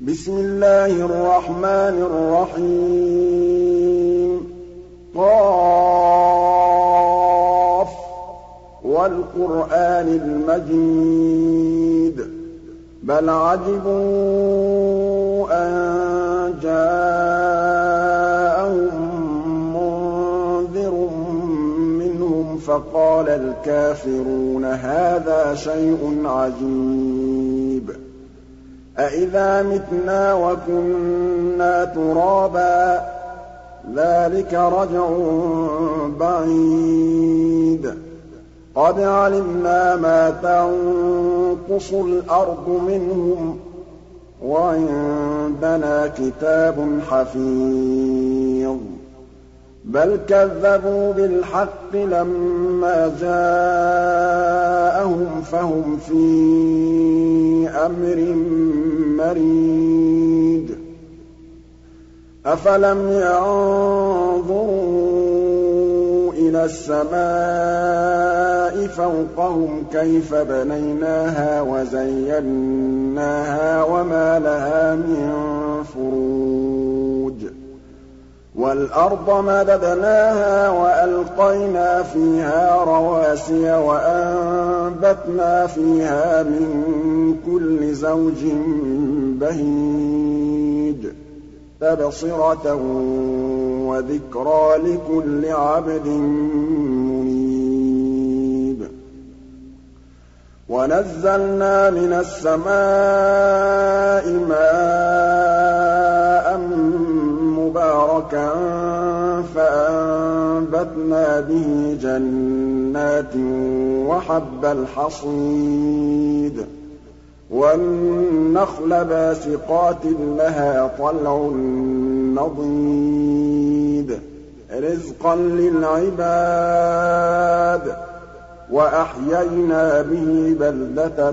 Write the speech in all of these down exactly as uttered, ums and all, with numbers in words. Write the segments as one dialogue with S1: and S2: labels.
S1: بسم الله الرحمن الرحيم قاف والقرآن المجيد بل عجبوا أن جاءهم منذر منهم فقال الكافرون هذا شيء عجيب أإذا متنا وكنا ترابا ذلك رجع بعيد قد علمنا ما تنقص الأرض منهم وعندنا كتاب حفيظ بل كذبوا بالحق لما جاءهم فهم في أمر مريج أفلم ينظروا إلى السماء فوقهم كيف بنيناها وزيناها وما لها من فروج والأرض مددناها وألقينا فيها رواسي وأنبتنا فيها من كل زوج بهيج تبصرة وذكرى لكل عبد منيب ونزلنا من السماء ماء مباركا فأنبتنا به جنات وحب الحصيد والنخل باسقات لها طلع نضيد رزقا للعباد وأحيينا به بلدة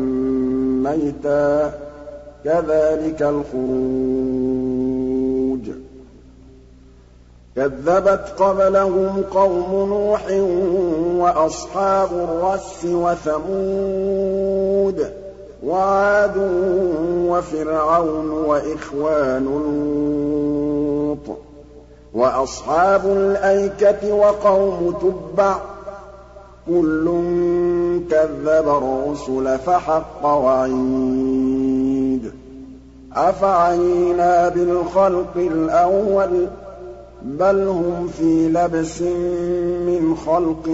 S1: ميتا كذلك الخروج كذبت قبلهم قوم نوح وأصحاب الرس وثمود وعاد وفرعون وإخوان لوط وأصحاب الأيكة وقوم تبع كل كذب الرسل فحق وعيد أفعينا بالخلق الأول بل هم في لبس من خلق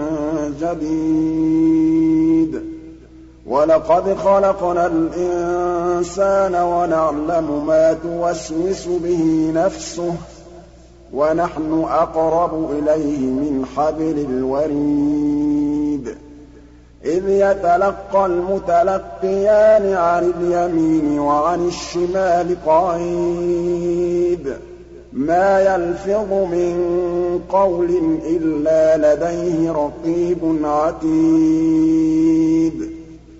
S1: جديد ولقد خلقنا الإنسان ونعلم ما توسوس به نفسه ونحن أقرب إليه من حبل الوريد إذ يتلقى المتلقيان عن اليمين وعن الشمال قعيد ما يلفظ من قول إلا لديه رقيب عتيد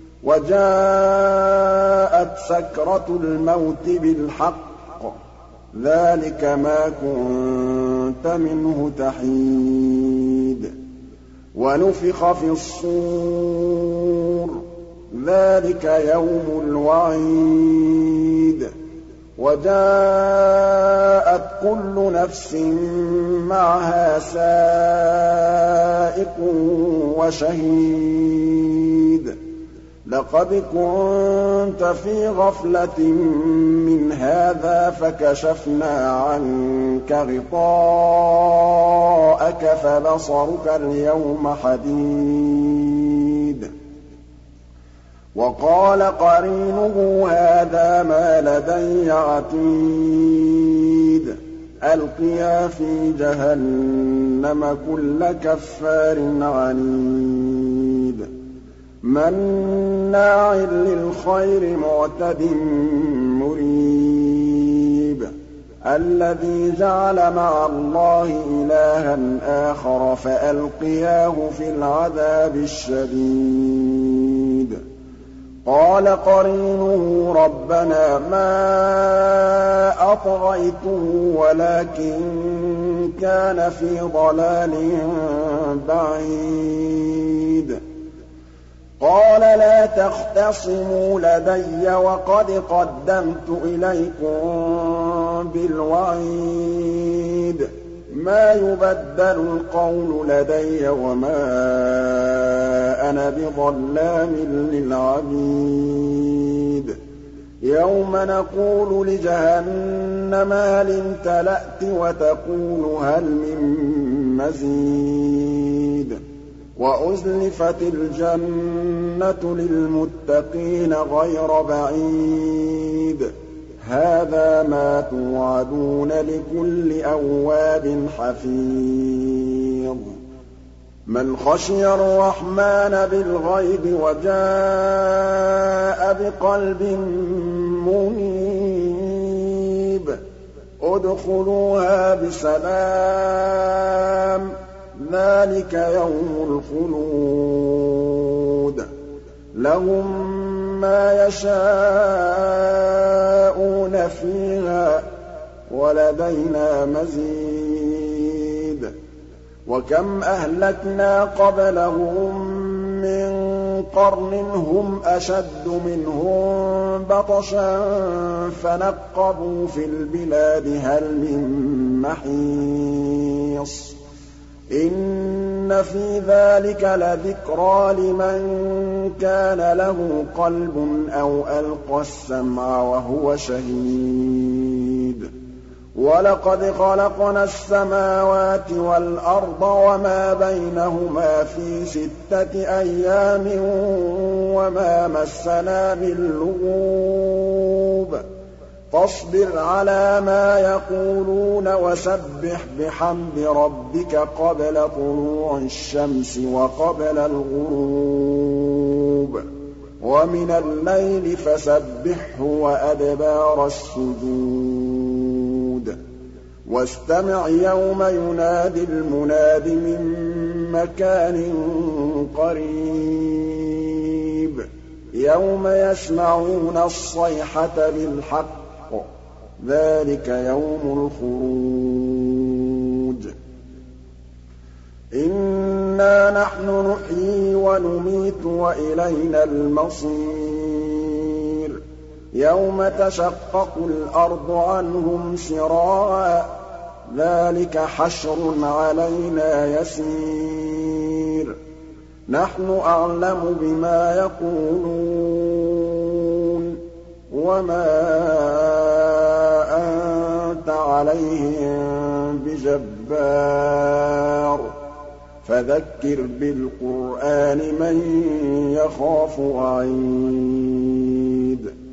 S1: وجاءت سكرة الموت بالحق ذلك ما كنت منه تحيد ونفخ في الصور ذلك يوم الوعيد وجاءت كل نفس معها سائق وشهيد لقد كنت في غفلة من هذا فكشفنا عنك غطاءك فبصرك اليوم حديد وقال قرينه هذا ما لدي عتيد ألقيا في جهنم كل كفار عنيد مناع للخير معتد مريب الذي جعل مع الله إلها آخر فألقياه في العذاب الشديد قال قرينه ربنا ما أطغيته ولكن كان في ضلال بعيد قَالَ لَا تَخْتَصِمُوا لَدَيَّ وَقَدْ قَدَّمْتُ إِلَيْكُم بِالْوَعِيدِ مَا يُبَدَّلُ الْقَوْلُ لَدَيَّ وَمَا أَنَا بِظَلَّامٍ لِّلْعَبِيدِ يَوْمَ نَقُولُ لِجَهَنَّمَ هَلِ امْتَلَأْتِ وَتَقُولُ هَلْ مِن مَّزِيدٍ وَأُزْلِفَتِ الْجَنَّةُ لِلْمُتَّقِينَ غَيْرَ بَعِيدٍ هَٰذَا مَا تُوعَدُونَ لِكُلِّ أَوَّابٍ حَفِيظٍ مَّنْ خَشِيَ الرَّحْمَٰنَ بِالْغَيْبِ وَجَاءَ بِقَلْبٍ مُّنِيبٍ ادْخُلُوهَا بِسَلَامٍ ذَٰلِكَ يَوْمُ الْخُلُودِ لَهُم مَّا يَشَاءُونَ فِيهَا وَلَدَيْنَا مَزِيدٌ وَكَمْ أَهْلَكْنَا قَبْلَهُم مِّن قَرْنٍ هُمْ أَشَدُّ مِنْهُم بَطْشًا فَنَقَّبُوا فِي الْبِلَادِ هَلْ مِن مَّحِيصٍ إِنَّ فِي ذَٰلِكَ لَذِكْرَىٰ لِمَن كَانَ لَهُ قَلْبٌ أَوْ أَلْقَى السَّمْعَ وَهُوَ شَهِيدٌ وَلَقَدْ خَلَقْنَا السَّمَاوَاتِ وَالْأَرْضَ وَمَا بَيْنَهُمَا فِي سِتَّةِ أَيَّامٍ وَمَا مَسَّنَا مِن لُّغُوبٍ فاصبر على ما يقولون وسبح بحمد ربك قبل طلوع الشمس وقبل الغروب ومن الليل فسبحه وأدبار السجود واستمع يوم ينادي المناد من مكان قريب يوم يسمعون الصيحة بالحق ذلك يوم الخروج إنا نحن نحيي ونميت وإلينا المصير يوم تشقق الأرض عنهم سراعا ذلك حشر علينا يسير نحن أعلم بما يقولون وما أنت عليهم بجبار فذكر بالقرآن من يخاف وعيد